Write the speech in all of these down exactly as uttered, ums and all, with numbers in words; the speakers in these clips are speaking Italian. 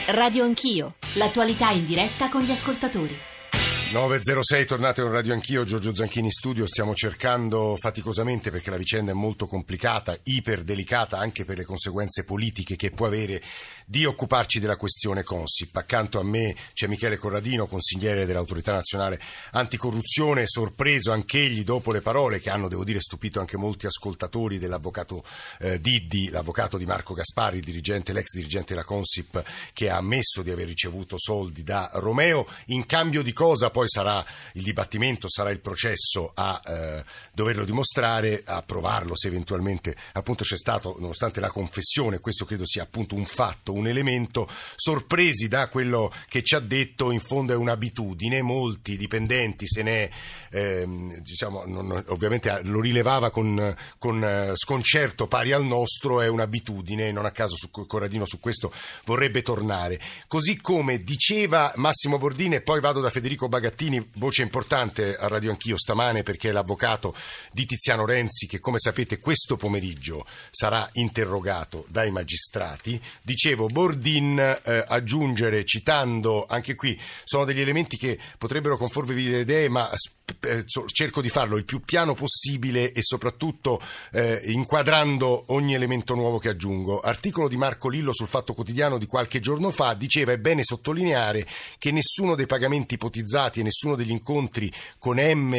Radio Anch'io, l'attualità in diretta con gli ascoltatori. nove e zero sei, tornate con Radio Anch'io, Giorgio Zanchini in studio. Stiamo cercando faticosamente, perché la vicenda è molto complicata, iperdelicata anche per le conseguenze politiche che può avere, di occuparci della questione Consip. Accanto a me c'è Michele Corradino, consigliere dell'Autorità Nazionale Anticorruzione, sorpreso anch'egli dopo le parole che hanno, devo dire, stupito anche molti ascoltatori dell'avvocato eh, Diddi, l'avvocato di Marco Gasparri, dirigente, l'ex dirigente della Consip, che ha ammesso di aver ricevuto soldi da Romeo. In cambio di cosa poi sarà il dibattimento, sarà il processo a eh, doverlo dimostrare, a provarlo se eventualmente appunto c'è stato, nonostante la confessione, questo credo sia appunto un fatto, un elemento. Sorpresi da quello che ci ha detto, in fondo è un'abitudine, molti dipendenti se ne ehm, diciamo, non, ovviamente lo rilevava con, con sconcerto pari al nostro, è un'abitudine, non a caso su, Corradino su questo vorrebbe tornare, così come diceva Massimo Bordin. E poi vado da Federico Bagattini, voce importante a Radio Anch'io stamane, perché è l'avvocato di Tiziano Renzi, che come sapete questo pomeriggio sarà interrogato dai magistrati. Dicevo, Bordin eh, aggiungere, citando, anche qui sono degli elementi che potrebbero confondervi le idee, ma eh, cerco di farlo il più piano possibile e soprattutto eh, inquadrando ogni elemento nuovo che aggiungo. Articolo di Marco Lillo sul Fatto Quotidiano di qualche giorno fa, diceva: è bene sottolineare che nessuno dei pagamenti ipotizzati e nessuno degli incontri con M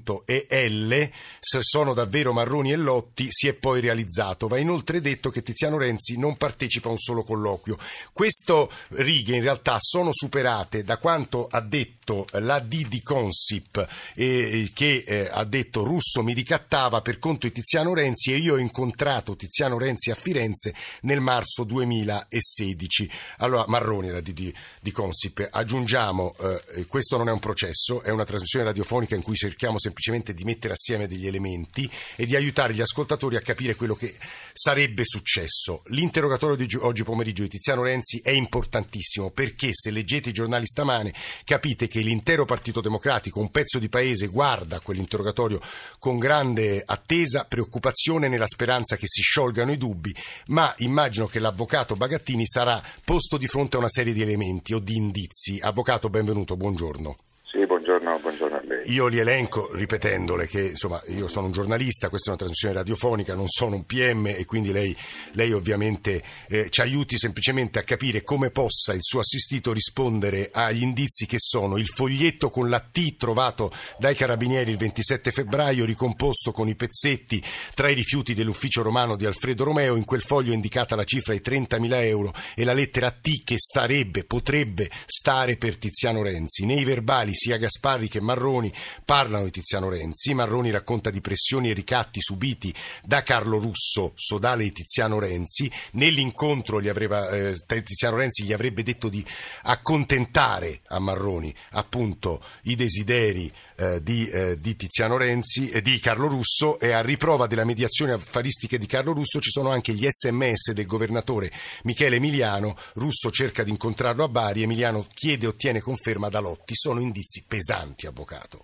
e L, se sono davvero Marroni e Lotti, si è poi realizzato. Va inoltre detto che Tiziano Renzi non partecipa a un solo colloquio. Queste righe in realtà sono superate da quanto ha detto l'A D di Consip, eh, che eh, ha detto: Russo mi ricattava per conto di Tiziano Renzi e io ho incontrato Tiziano Renzi a Firenze nel marzo duemilasedici. Allora, Marroni, l'A D di, di Consip. Aggiungiamo, eh, questo non è un processo, è una trasmissione radiofonica in cui cerchiamo semplicemente di mettere assieme degli elementi e di aiutare gli ascoltatori a capire quello che sarebbe successo. L'interrogatorio di oggi pomeriggio di Tiziano Renzi è importantissimo, perché se leggete i giornali stamane capite che l'intero Partito Democratico, un pezzo di paese, guarda a quell'interrogatorio con grande attesa, preoccupazione, nella speranza che si sciolgano i dubbi, ma immagino che l'avvocato Bagattini sarà posto di fronte a una serie di elementi o di indizi. Avvocato, benvenuto, buongiorno. Sì, buongiorno, buongiorno a lei. Io li elenco ripetendole che insomma io sono un giornalista, questa è una trasmissione radiofonica, non sono un P M, e quindi lei, lei ovviamente eh, ci aiuti semplicemente a capire come possa il suo assistito rispondere agli indizi che sono il foglietto con la T trovato dai carabinieri il ventisette febbraio, ricomposto con i pezzetti tra i rifiuti dell'ufficio romano di Alfredo Romeo. In quel foglio è indicata la cifra di trentamila euro e la lettera T che starebbe, potrebbe stare per Tiziano Renzi. Nei verbali sia Gasparri che Marroni parlano di Tiziano Renzi. Marroni racconta di pressioni e ricatti subiti da Carlo Russo, sodale di Tiziano Renzi. Nell'incontro gli avrebbe, eh, Tiziano Renzi gli avrebbe detto di accontentare a Marroni appunto i desideri eh, di, eh, di Tiziano Renzi e eh, di Carlo Russo, e a riprova della mediazione affaristica di Carlo Russo ci sono anche gli sms del governatore Michele Emiliano. Russo cerca di incontrarlo a Bari, Emiliano chiede e ottiene conferma da Lotti. Sono indizi pesanti, avvocato.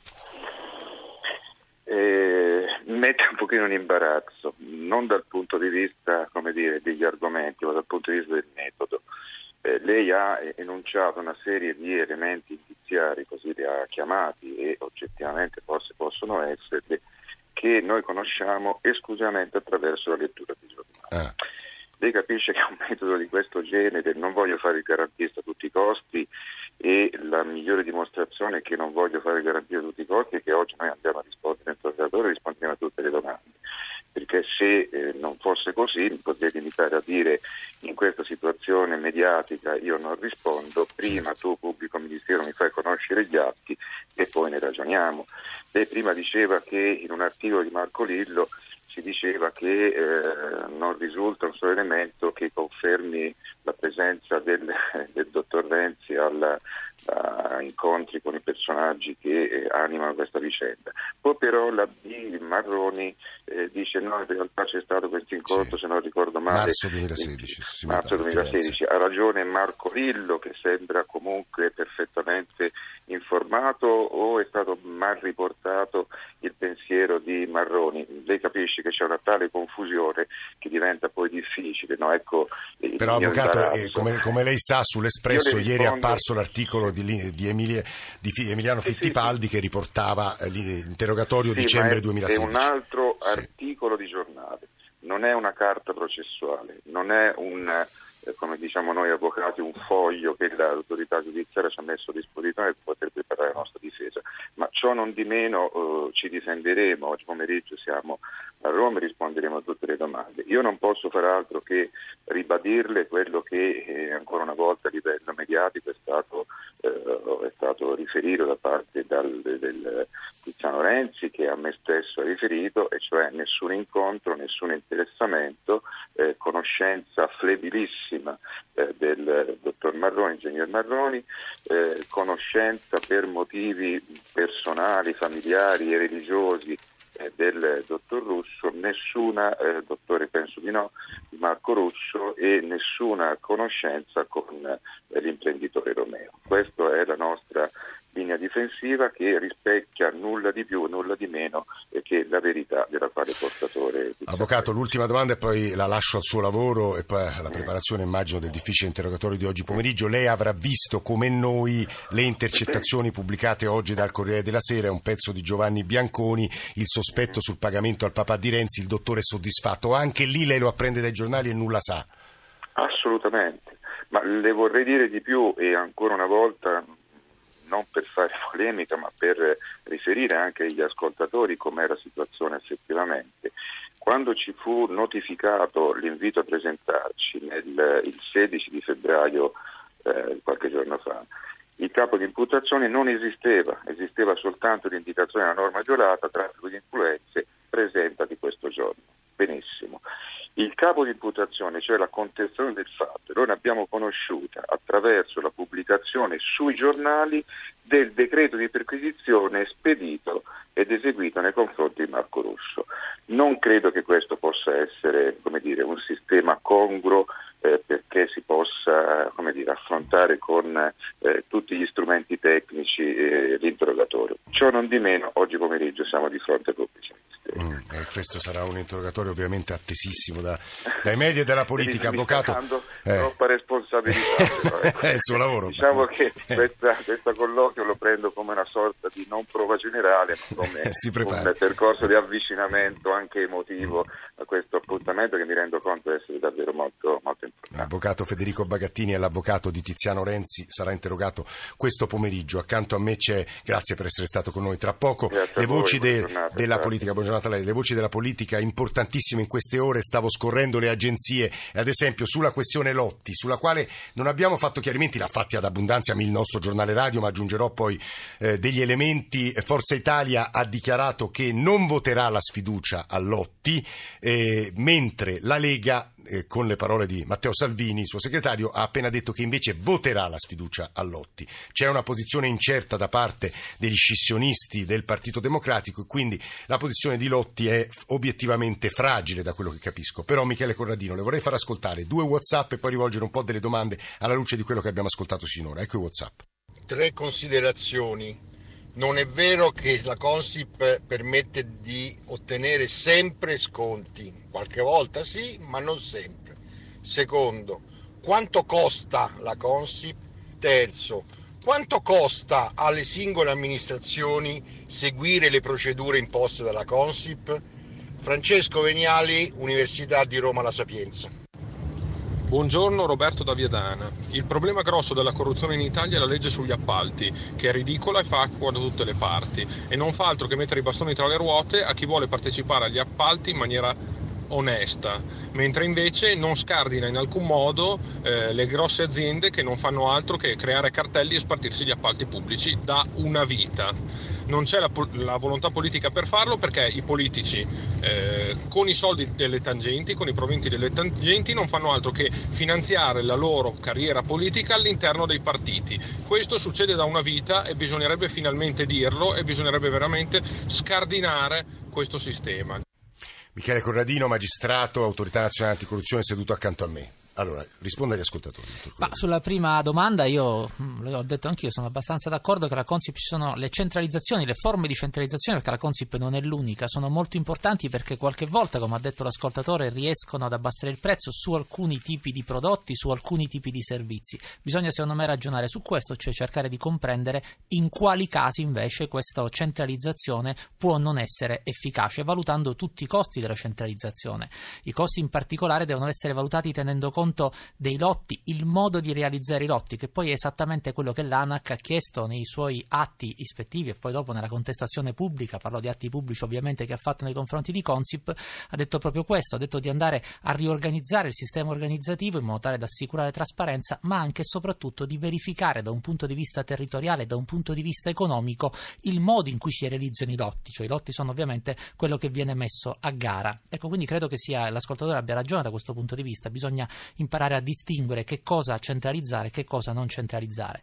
Eh, mette un pochino in imbarazzo, non dal punto di vista, come dire, degli argomenti, ma dal punto di vista del metodo. Eh, lei ha enunciato una serie di elementi indiziari, così li ha chiamati, e oggettivamente forse possono essere, che noi conosciamo esclusivamente attraverso la lettura di giornali. Ah. Lei capisce che un metodo di questo genere, non voglio fare il garantista a tutti i costi, e la migliore dimostrazione che non voglio fare il garantista a tutti i costi è che oggi noi andiamo a rispondere all'interrogatore e rispondiamo a tutte le domande, perché se eh, non fosse così mi potrei limitare a dire: in questa situazione mediatica io non rispondo, prima tu pubblico ministero mi fai conoscere gli atti e poi ne ragioniamo. Lei prima diceva che in un articolo di Marco Lillo si diceva che eh, non risulta un solo elemento che confermi la presenza del, del dottor Renzi alla, a incontri con i personaggi che eh, animano questa vicenda. Poi però la B Marroni eh, dice no, in realtà c'è stato questo incontro, sì, se non ricordo male, marzo duemilasedici. Il, marzo duemilasedici. Ha ragione Marco Lillo, che sembra comunque perfettamente informato informato o è stato mal riportato il pensiero di Marroni. Lei capisce che c'è una tale confusione che diventa poi difficile, no? Ecco, però avvocato, eh, come, come lei sa, sull'Espresso ieri è apparso l'articolo di, di, Emilia, di Emiliano sì, Fittipaldi sì, sì. che riportava l'interrogatorio sì, dicembre è, duemilasedici. È un altro sì. articolo di giornale, non è una carta processuale, non è un, eh, come diciamo noi avvocati, un foglio che l'autorità giudiziaria ci ha messo a disposizione per poter preparare la nostra difesa, ma ciò non di meno eh, ci difenderemo. Oggi pomeriggio siamo a Roma e risponderemo a tutte le domande. Io non posso far altro che ribadirle quello che eh, ancora una volta a livello mediatico è stato, eh, è stato riferito da parte dal, del Tiziano Renzi, che a me stesso ha riferito, e cioè nessun incontro, nessun interessamento, eh, conoscenza flebilissima eh, del dottor Marroni, ingegner Marroni, eh, conoscenza per motivi personali, familiari e religiosi del dottor Russo, nessuna, eh, dottore penso di no, di Marco Russo, e nessuna conoscenza con eh, l'imprenditore Romeo. Questa è la nostra linea difensiva, che rispecchia nulla di più, nulla di meno eh, che la verità della quale portatore. Avvocato, l'ultima domanda e poi la lascio al suo lavoro e poi alla preparazione, immagino, del difficile interrogatorio di oggi pomeriggio. Lei avrà visto come noi le intercettazioni pubblicate oggi dal Corriere della Sera, un pezzo di Giovanni Bianconi, il sospetto sul pagamento al papà di Renzi, il dottore è soddisfatto. Anche lì lei lo apprende dai giornali e nulla sa. Assolutamente, ma le vorrei dire di più, e ancora una volta, non per fare polemica, ma per riferire anche agli ascoltatori com'è la situazione effettivamente. Quando ci fu notificato l'invito a presentarci nel, il sedici di febbraio, eh, qualche giorno fa, il capo di imputazione non esisteva, esisteva soltanto l'indicazione della norma violata, traffico di influenze, presentati questo giorno. Benissimo. Il capo di imputazione, cioè la contestazione del fatto, noi l'abbiamo conosciuta attraverso la pubblicazione sui giornali del decreto di perquisizione spedito ed eseguito nei confronti di Marco Russo. Non credo che questo possa essere, come dire, un sistema congruo eh, perché si possa, come dire, affrontare con eh, tutti gli strumenti tecnici eh, l'interrogatorio. Ciò non di meno, oggi pomeriggio siamo di fronte ai pubblici ministeri. Mm, eh, questo sarà un interrogatorio ovviamente attesissimo da, dai media e dalla politica. Avvocato, eh. troppa responsabilità, però, ecco. È il suo lavoro. Diciamo che questa, questa colloquio lo prendo come una sorta di non prova generale, ma come un percorso di avvicinamento anche emotivo a questo appuntamento, che mi rendo conto essere davvero molto, molto importante. L'avvocato Federico Bagattini è l'avvocato di Tiziano Renzi, sarà interrogato questo pomeriggio. Accanto a me c'è, grazie per essere stato con noi, tra poco grazie le voi, voci de, giornata, della grazie. politica. Buongiorno a lei. Le voci della politica importantissime in queste ore, stavo scorrendo le agenzie, ad esempio sulla questione Lotti, sulla quale non abbiamo fatto chiarimenti, l'ha fatti ad abbondanza il nostro giornale radio, ma aggiungerò poi eh, degli elementi. Forza Italia ha dichiarato che non voterà la sfiducia a Lotti, eh, mentre la Lega, eh, con le parole di Matteo Salvini, il suo segretario, ha appena detto che invece voterà la sfiducia a Lotti. C'è una posizione incerta da parte degli scissionisti del Partito Democratico e quindi la posizione di Lotti è obiettivamente fragile, da quello che capisco. Però, Michele Corradino, le vorrei far ascoltare due WhatsApp e poi rivolgere un po' delle domande alla luce di quello che abbiamo ascoltato sinora. Ecco i WhatsApp. Tre considerazioni. Non è vero che la Consip permette di ottenere sempre sconti, qualche volta sì, ma non sempre. Secondo, quanto costa la Consip? Terzo, quanto costa alle singole amministrazioni seguire le procedure imposte dalla Consip? Francesco Veniali, Università di Roma La Sapienza. Buongiorno, Roberto da Viadana. Il problema grosso della corruzione in Italia è la legge sugli appalti, che è ridicola e fa acqua da tutte le parti e non fa altro che mettere i bastoni tra le ruote a chi vuole partecipare agli appalti in maniera onesta, mentre invece non scardina in alcun modo eh, le grosse aziende che non fanno altro che creare cartelli e spartirsi gli appalti pubblici da una vita. Non c'è la, la volontà politica per farlo, perché i politici eh, con i soldi delle tangenti, con i proventi delle tangenti, non fanno altro che finanziare la loro carriera politica all'interno dei partiti. Questo succede da una vita e bisognerebbe finalmente dirlo e bisognerebbe veramente scardinare questo sistema. Michele Corradino, magistrato, Autorità Nazionale Anticorruzione, seduto accanto a me. Allora, risponda agli ascoltatori. Ma sulla prima domanda io l'ho detto anch'io, sono abbastanza d'accordo che la Consip ci sono le centralizzazioni, le forme di centralizzazione, perché la Consip non è l'unica, sono molto importanti perché qualche volta, come ha detto l'ascoltatore, riescono ad abbassare il prezzo su alcuni tipi di prodotti, su alcuni tipi di servizi. Bisogna secondo me ragionare su questo, cioè cercare di comprendere in quali casi invece questa centralizzazione può non essere efficace, valutando tutti i costi della centralizzazione. I costi in particolare devono essere valutati tenendo conto dei lotti, il modo di realizzare i lotti, che poi è esattamente quello che l'ANAC ha chiesto nei suoi atti ispettivi e poi dopo nella contestazione pubblica, parlo di atti pubblici ovviamente che ha fatto nei confronti di Consip, ha detto proprio questo, ha detto di andare a riorganizzare il sistema organizzativo in modo tale da assicurare trasparenza, ma anche e soprattutto di verificare da un punto di vista territoriale, da un punto di vista economico, il modo in cui si realizzano i lotti, cioè i lotti sono ovviamente quello che viene messo a gara. Ecco, quindi credo che sia l'ascoltatore abbia ragione da questo punto di vista, bisogna imparare a distinguere che cosa centralizzare e che cosa non centralizzare.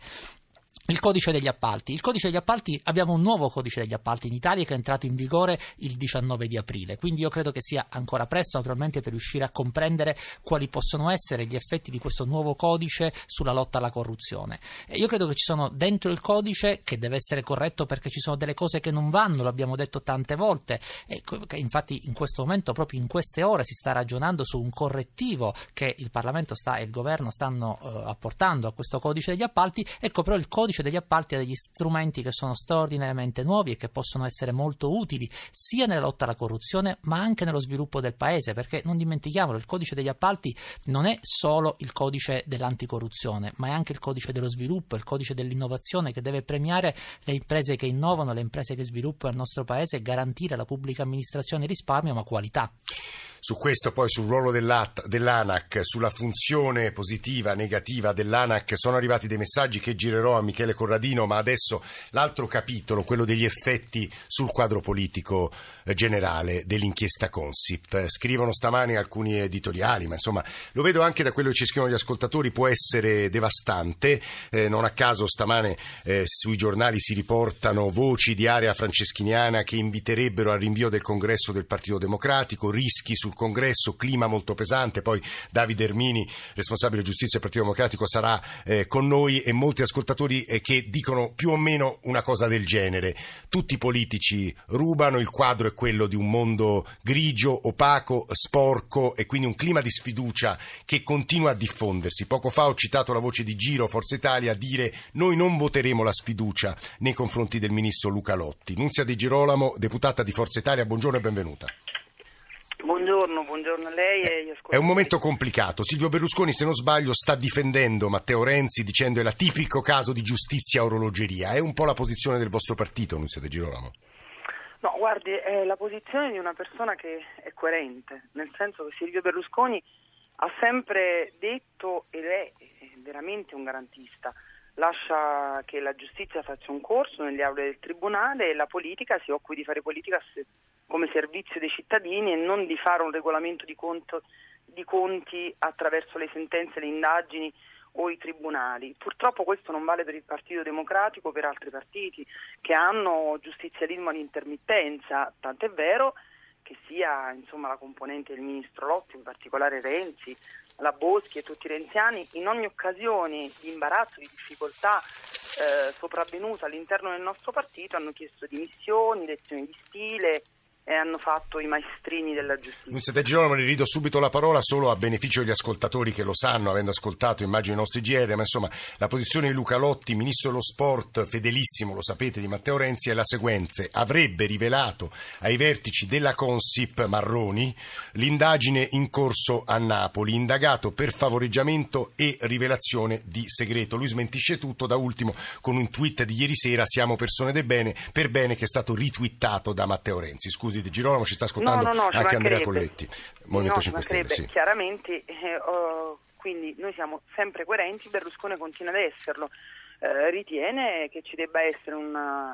Il codice degli appalti. Il codice degli appalti, abbiamo un nuovo codice degli appalti in Italia che è entrato in vigore il diciannove di aprile, quindi io credo che sia ancora presto naturalmente per riuscire a comprendere quali possono essere gli effetti di questo nuovo codice sulla lotta alla corruzione. E io credo che ci sono dentro il codice, che deve essere corretto perché ci sono delle cose che non vanno, l'abbiamo detto tante volte, e infatti in questo momento, proprio in queste ore, si sta ragionando su un correttivo che il Parlamento sta e il Governo stanno eh, apportando a questo codice degli appalti. Ecco, però il codice degli appalti ha degli strumenti che sono straordinariamente nuovi e che possono essere molto utili sia nella lotta alla corruzione ma anche nello sviluppo del paese, perché non dimentichiamolo, il codice degli appalti non è solo il codice dell'anticorruzione ma è anche il codice dello sviluppo, il codice dell'innovazione che deve premiare le imprese che innovano, le imprese che sviluppano il nostro paese e garantire alla pubblica amministrazione risparmio ma qualità. Su questo, poi sul ruolo dell'ANAC, sulla funzione positiva, negativa dell'ANAC, sono arrivati dei messaggi che girerò a Michele Corradino, ma adesso l'altro capitolo, quello degli effetti sul quadro politico generale dell'inchiesta Consip. Scrivono stamani alcuni editoriali, ma insomma lo vedo anche da quello che ci scrivono gli ascoltatori, può essere devastante. Eh, non a caso stamane eh, sui giornali si riportano voci di area franceschiniana che inviterebbero al rinvio del congresso del Partito Democratico, rischi sul congresso, clima molto pesante. Poi Davide Ermini, responsabile giustizia del Partito Democratico, sarà eh, con noi, e molti ascoltatori eh, che dicono più o meno una cosa del genere. Tutti i politici rubano, il quadro è quello di un mondo grigio, opaco, sporco, e quindi un clima di sfiducia che continua a diffondersi. Poco fa ho citato la voce di Giro, Forza Italia, a dire: noi non voteremo la sfiducia nei confronti del ministro Luca Lotti. Nunzia De Girolamo, deputata di Forza Italia, buongiorno e benvenuta. Buongiorno, buongiorno a lei e agli ascoltatori. È un momento complicato. Silvio Berlusconi, se non sbaglio, sta difendendo Matteo Renzi dicendo è la tipico caso di giustizia a orologeria. È un po' la posizione del vostro partito, Nunzia De Girolamo? No, guardi, è la posizione di una persona che è coerente, nel senso che Silvio Berlusconi ha sempre detto ed è veramente un garantista. Lascia che la giustizia faccia un corso nelle aule del tribunale e la politica si occupi di fare politica come servizio dei cittadini e non di fare un regolamento di, conto, di conti attraverso le sentenze, le indagini o i tribunali. Purtroppo questo non vale per il Partito Democratico, per altri partiti che hanno giustizialismo all'intermittenza, tant'è vero che sia insomma la componente del ministro Lotti, in particolare Renzi, la Boschi e tutti i renziani, in ogni occasione di imbarazzo, di difficoltà eh, sopravvenuta all'interno del nostro partito hanno chiesto dimissioni, lezioni di stile e hanno fatto i maestrini della giustizia. Nunzia De Girolamo, le rido subito la parola solo a beneficio degli ascoltatori che lo sanno, avendo ascoltato immagino i nostri G R, ma insomma la posizione di Luca Lotti, ministro dello sport, fedelissimo, lo sapete, di Matteo Renzi, è la seguente: avrebbe rivelato ai vertici della Consip Marroni l'indagine in corso a Napoli, indagato per favoreggiamento e rivelazione di segreto. Lui smentisce tutto, da ultimo con un tweet di ieri sera: siamo persone del bene, per bene, che è stato ritwittato da Matteo Renzi. Scusi De Girolamo, ci sta ascoltando no, no, no, anche Andrea Colletti, Movimento no, cinque Stelle. Sì. Chiaramente, eh, oh, quindi noi siamo sempre coerenti, Berlusconi continua ad esserlo, eh, ritiene che ci debba essere una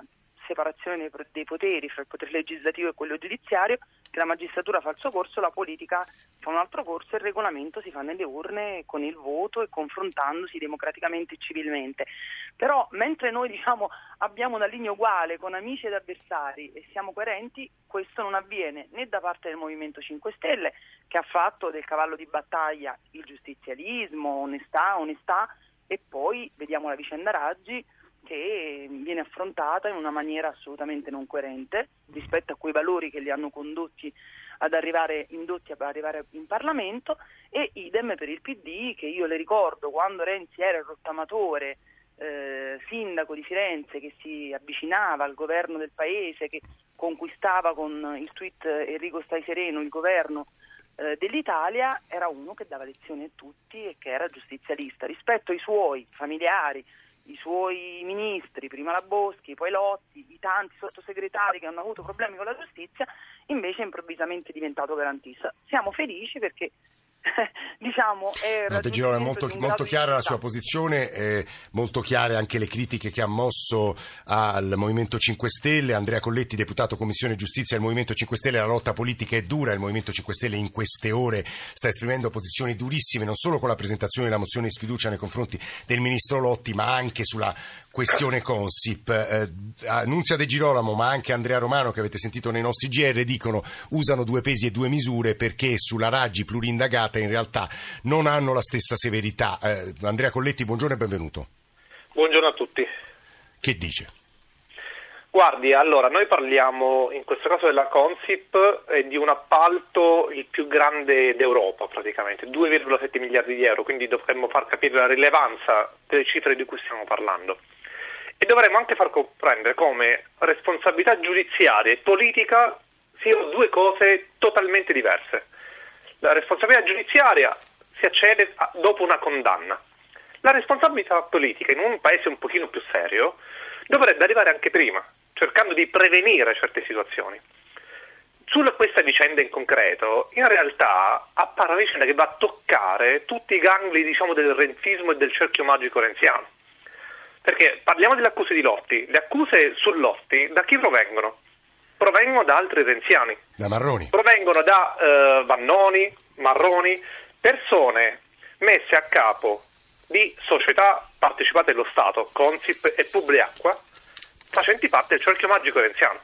separazione dei, dei poteri fra il potere legislativo e quello giudiziario, che la magistratura fa il suo corso, la politica fa un altro corso e il regolamento si fa nelle urne con il voto e confrontandosi democraticamente e civilmente. Però mentre noi diciamo abbiamo una linea uguale con amici ed avversari e siamo coerenti, questo non avviene né da parte del Movimento cinque Stelle, che ha fatto del cavallo di battaglia il giustizialismo, onestà, onestà, e poi vediamo la vicenda Raggi, che viene affrontata in una maniera assolutamente non coerente rispetto a quei valori che li hanno condotti ad arrivare, indotti ad arrivare in Parlamento, e idem per il P D, che io le ricordo quando Renzi era il rottamatore, eh, sindaco di Firenze, che si avvicinava al governo del paese, che conquistava con il tweet Enrico stai sereno il governo eh, dell'Italia, era uno che dava lezioni a tutti e che era giustizialista rispetto ai suoi familiari, i suoi ministri, prima la Boschi, poi Lotti, i tanti sottosegretari che hanno avuto problemi con la giustizia, invece è improvvisamente diventato garantista. Siamo felici perché diciamo è no, De Girolamo, è molto, molto chiara la sua posizione, eh, molto chiare anche le critiche che ha mosso al Movimento cinque Stelle. Andrea Colletti, deputato Commissione Giustizia del Movimento cinque Stelle: la lotta politica è dura, il Movimento cinque Stelle in queste ore sta esprimendo posizioni durissime, non solo con la presentazione della mozione di sfiducia nei confronti del ministro Lotti, ma anche sulla questione Consip. eh, Nunzia De Girolamo, ma anche Andrea Romano, che avete sentito nei nostri G R, dicono usano due pesi e due misure, perché sulla Raggi plurindagata in realtà non hanno la stessa severità. eh, Andrea Colletti, buongiorno e benvenuto. Buongiorno a tutti. Che dice? Guardi, allora, noi parliamo in questo caso della Consip e di un appalto il più grande d'Europa praticamente, due virgola sette miliardi di euro, quindi dovremmo far capire la rilevanza delle cifre di cui stiamo parlando. E dovremmo anche far comprendere come responsabilità giudiziaria e politica siano due cose totalmente diverse. La responsabilità giudiziaria si accede dopo una condanna. La responsabilità politica in un paese un pochino più serio dovrebbe arrivare anche prima, cercando di prevenire certe situazioni. Su questa vicenda in concreto, in realtà appare una vicenda che va a toccare tutti i gangli, diciamo, del renzismo e del cerchio magico renziano. Perché parliamo delle accuse di Lotti. Le accuse su Lotti da chi provengono? Provengono da altri renziani. Da Marroni. Provengono da eh, Vannoni, Marroni, persone messe a capo di società partecipate dello Stato, Consip e Publiacqua, facenti parte del cerchio magico renziano.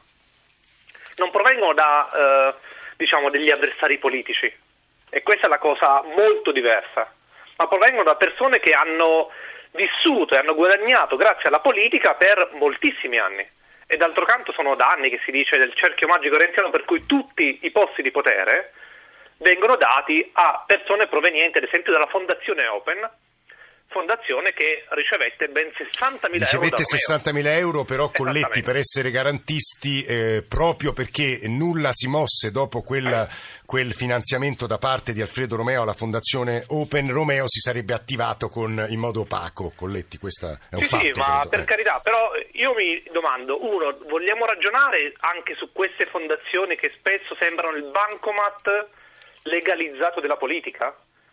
Non provengono da eh, diciamo degli avversari politici, e questa è la cosa molto diversa, ma provengono da persone che hanno vissuto e hanno guadagnato grazie alla politica per moltissimi anni. E d'altro canto sono da anni che si dice del cerchio magico renziano, per cui tutti i posti di potere vengono dati a persone provenienti ad esempio dalla Fondazione Open, fondazione che ricevette ben sessantamila euro. Ricevette sessantamila euro, però Colletti, per essere garantisti, eh, proprio perché nulla si mosse dopo quel, quel finanziamento da parte di Alfredo Romeo alla Fondazione Open, Romeo si sarebbe attivato con, in modo opaco. Colletti, questo è un sì, fatto. Sì, ma credo, per eh. carità, però io mi domando, uno, vogliamo ragionare anche su queste fondazioni che spesso sembrano il bancomat legalizzato della politica?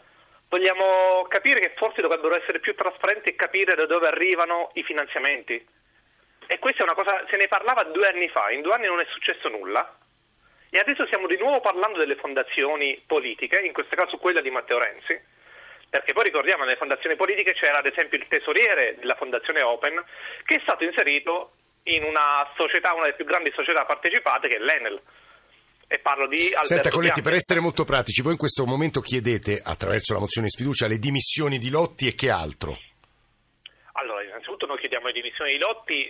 Vogliamo capire che forse dovrebbero essere più trasparenti e capire da dove arrivano i finanziamenti. E questa è una cosa, se ne parlava due anni fa, in due anni non è successo nulla, e adesso stiamo di nuovo parlando delle fondazioni politiche, in questo caso quella di Matteo Renzi, perché poi ricordiamo nelle fondazioni politiche c'era ad esempio il tesoriere della Fondazione Open, che è stato inserito in una società, una delle più grandi società partecipate, che è l'Enel. E parlo di Alberto Senta Colletti, Bianchi. per essere molto pratici, voi in questo momento chiedete, attraverso la mozione di sfiducia, le dimissioni di Lotti e che altro? Allora, innanzitutto noi chiediamo le dimissioni di Lotti,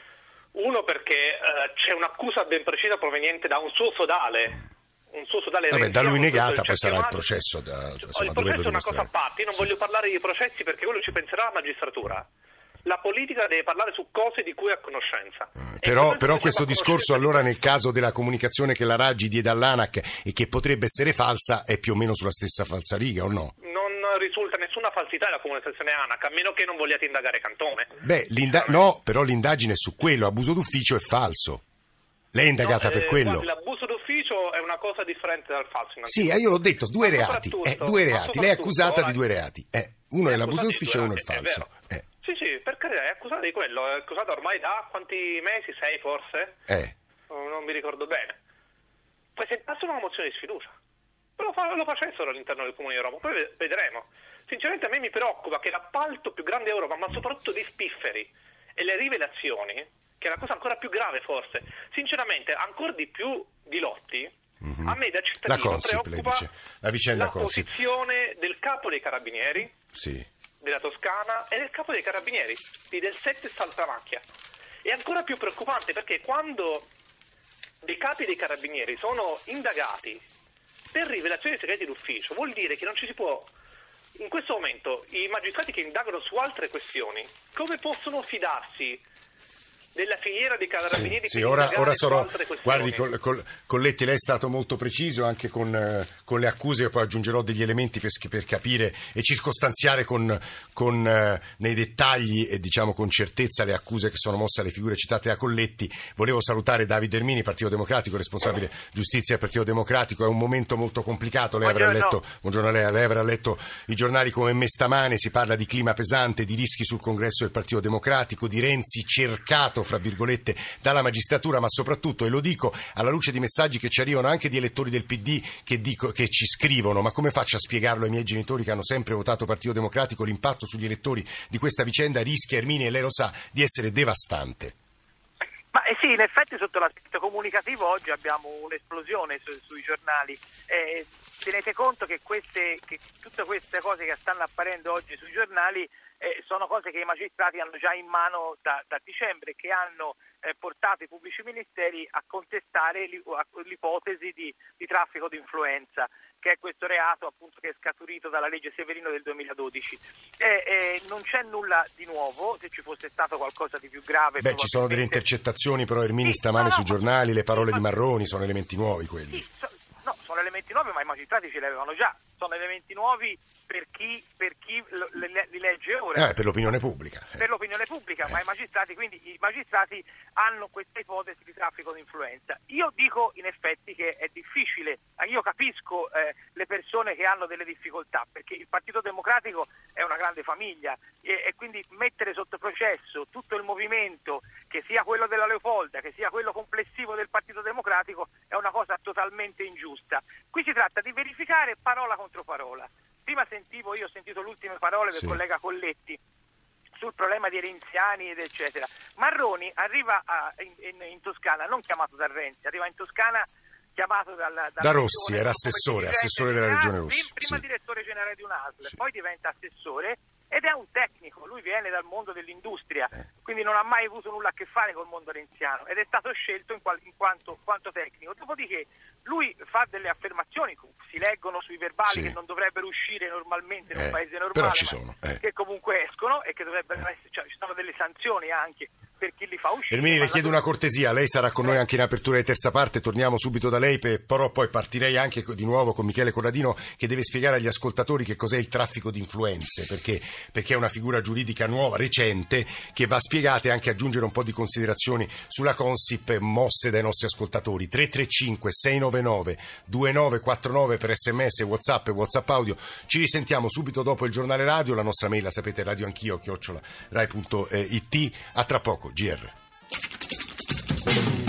uno perché eh, c'è un'accusa ben precisa proveniente da un suo sodale, un suo sodale Vabbè, da lui negata, poi sarà il magico. processo da, insomma, il processo è una cosa a dimostrare. parte, io non Sì. voglio parlare di processi perché quello ci penserà la magistratura. La politica deve parlare su cose di cui ha conoscenza. Eh, però, però questo discorso allora nel caso della comunicazione che la Raggi diede all'ANAC e che potrebbe essere falsa è più o meno sulla stessa falsariga, o no? Non risulta nessuna falsità della comunicazione ANAC, a meno che non vogliate indagare Cantone. Beh, l'inda- no, però l'indagine è su quello, abuso d'ufficio è falso. Lei è indagata no, per eh, quello. Guardi, l'abuso d'ufficio è una cosa differente dal falso. Sì, io l'ho detto, due ma reati, eh, due reati. Lei è accusata di due reati. Eh, uno è l'abuso d'ufficio e uno è il falso. È eh. Sì, sì, per carità, è accusata di quello, è accusata ormai da quanti mesi? Sei forse? Eh. Non mi ricordo bene. Presentasse una mozione di sfiducia. Lo, fa, lo facessero all'interno del Comune di Roma, poi vedremo. Sinceramente a me mi preoccupa che l'appalto più grande d'Europa, ma soprattutto di spifferi e le rivelazioni, che è la cosa ancora più grave forse, sinceramente ancora di più di Lotti, mm-hmm. a me da cittadino la Consip, preoccupa lei dice. La vicenda la Consip. posizione del capo dei Carabinieri, sì. della Toscana, e del capo dei Carabinieri, di Del Sette Saltamacchia. È ancora più preoccupante perché quando dei capi dei Carabinieri sono indagati per rivelazioni segreti d'ufficio, vuol dire che non ci si può. In questo momento i magistrati che indagano su altre questioni, come possono fidarsi della filiera dei Carabinieri? Sì, sì, ora, ora sarò, guardi col, col, Colletti, lei è stato molto preciso anche con, eh, con le accuse, io poi aggiungerò degli elementi per, per capire e circostanziare con, con eh, nei dettagli e diciamo con certezza le accuse che sono mosse alle figure citate da Colletti. Volevo salutare Davide Ermini, Partito Democratico, responsabile giustizia del Partito Democratico. È un momento molto complicato, lei avrà letto, buongiorno a lei, lei avrà letto i giornali come me stamane, si parla di clima pesante, di rischi sul congresso del Partito Democratico, di Renzi cercato fra virgolette dalla magistratura, ma soprattutto, e lo dico alla luce di messaggi che ci arrivano anche di elettori del P D che, dico, che ci scrivono: ma come faccio a spiegarlo ai miei genitori che hanno sempre votato Partito Democratico? L'impatto sugli elettori di questa vicenda rischia, Ermini, e lei lo sa, di essere devastante. Ma eh sì, in effetti sotto l'aspetto comunicativo oggi abbiamo un'esplosione su, sui giornali. Eh, tenete conto che, queste, che tutte queste cose che stanno apparendo oggi sui giornali eh, sono cose che i magistrati hanno già in mano da, da dicembre, che hanno eh, portato i pubblici ministeri a contestare l'ipotesi di, di traffico di influenza, che è questo reato appunto che è scaturito dalla legge Severino del duemiladodici. Eh, eh, non c'è nulla di nuovo, se ci fosse stato qualcosa di più grave. Beh, ci sono delle intercettazioni, però Ermini, sì, stamane no, no, sui giornali, le parole ma, di Marroni sono elementi nuovi quelli. Sì, so, no, sono elementi nuovi, ma i magistrati ce li avevano già. Sono elementi nuovi per chi, per chi li le, li legge ora. Eh, per l'opinione pubblica. Per l'opinione pubblica, eh. ma i magistrati, quindi i magistrati hanno questa ipotesi di traffico di influenza. Io dico in effetti che è difficile, io capisco eh, le persone che hanno delle difficoltà, perché il Partito Democratico è una grande famiglia e, e quindi mettere sotto processo tutto il movimento, che sia quello della Leopolda, che sia quello complessivo del Partito Democratico, è una cosa totalmente ingiusta. Qui si tratta di verificare parola contro parola. Prima sentivo, io ho sentito le ultime parole del sì. collega Colletti sul problema dei renziani ed eccetera. Marroni arriva a, in, in, in Toscana non chiamato da Renzi, arriva in Toscana chiamato dal, dalla da Rossi, regione, era assessore, assessore della regione Rossi. Prima sì. direttore generale di un'A S L, sì. poi diventa assessore ed è un tecnico, lui viene dal mondo dell'industria, eh. quindi non ha mai avuto nulla a che fare col mondo renziano ed è stato scelto in, qual, in quanto, quanto tecnico. Dopodiché lui fa delle affermazioni, si leggono sui verbali sì. che non dovrebbero uscire normalmente in un eh. paese normale, però ci sono, eh. che comunque escono e che dovrebbero essere, cioè ci sono delle sanzioni anche per chi li fa uscire. Ermini, le chiedo una cortesia, lei sarà con noi anche in apertura di terza parte, torniamo subito da lei, per, però poi partirei anche di nuovo con Michele Corradino che deve spiegare agli ascoltatori che cos'è il traffico di influenze, perché, perché è una figura giuridica nuova, recente, che va spiegata e anche aggiungere un po' di considerazioni sulla Consip mosse dai nostri ascoltatori. Tre tre cinque sei nove nove due nove quattro nove per sms, WhatsApp e WhatsApp audio. Ci risentiamo subito dopo il giornale radio, la nostra mail la sapete, radioanchio chiocciola rai punto it. A tra poco. G R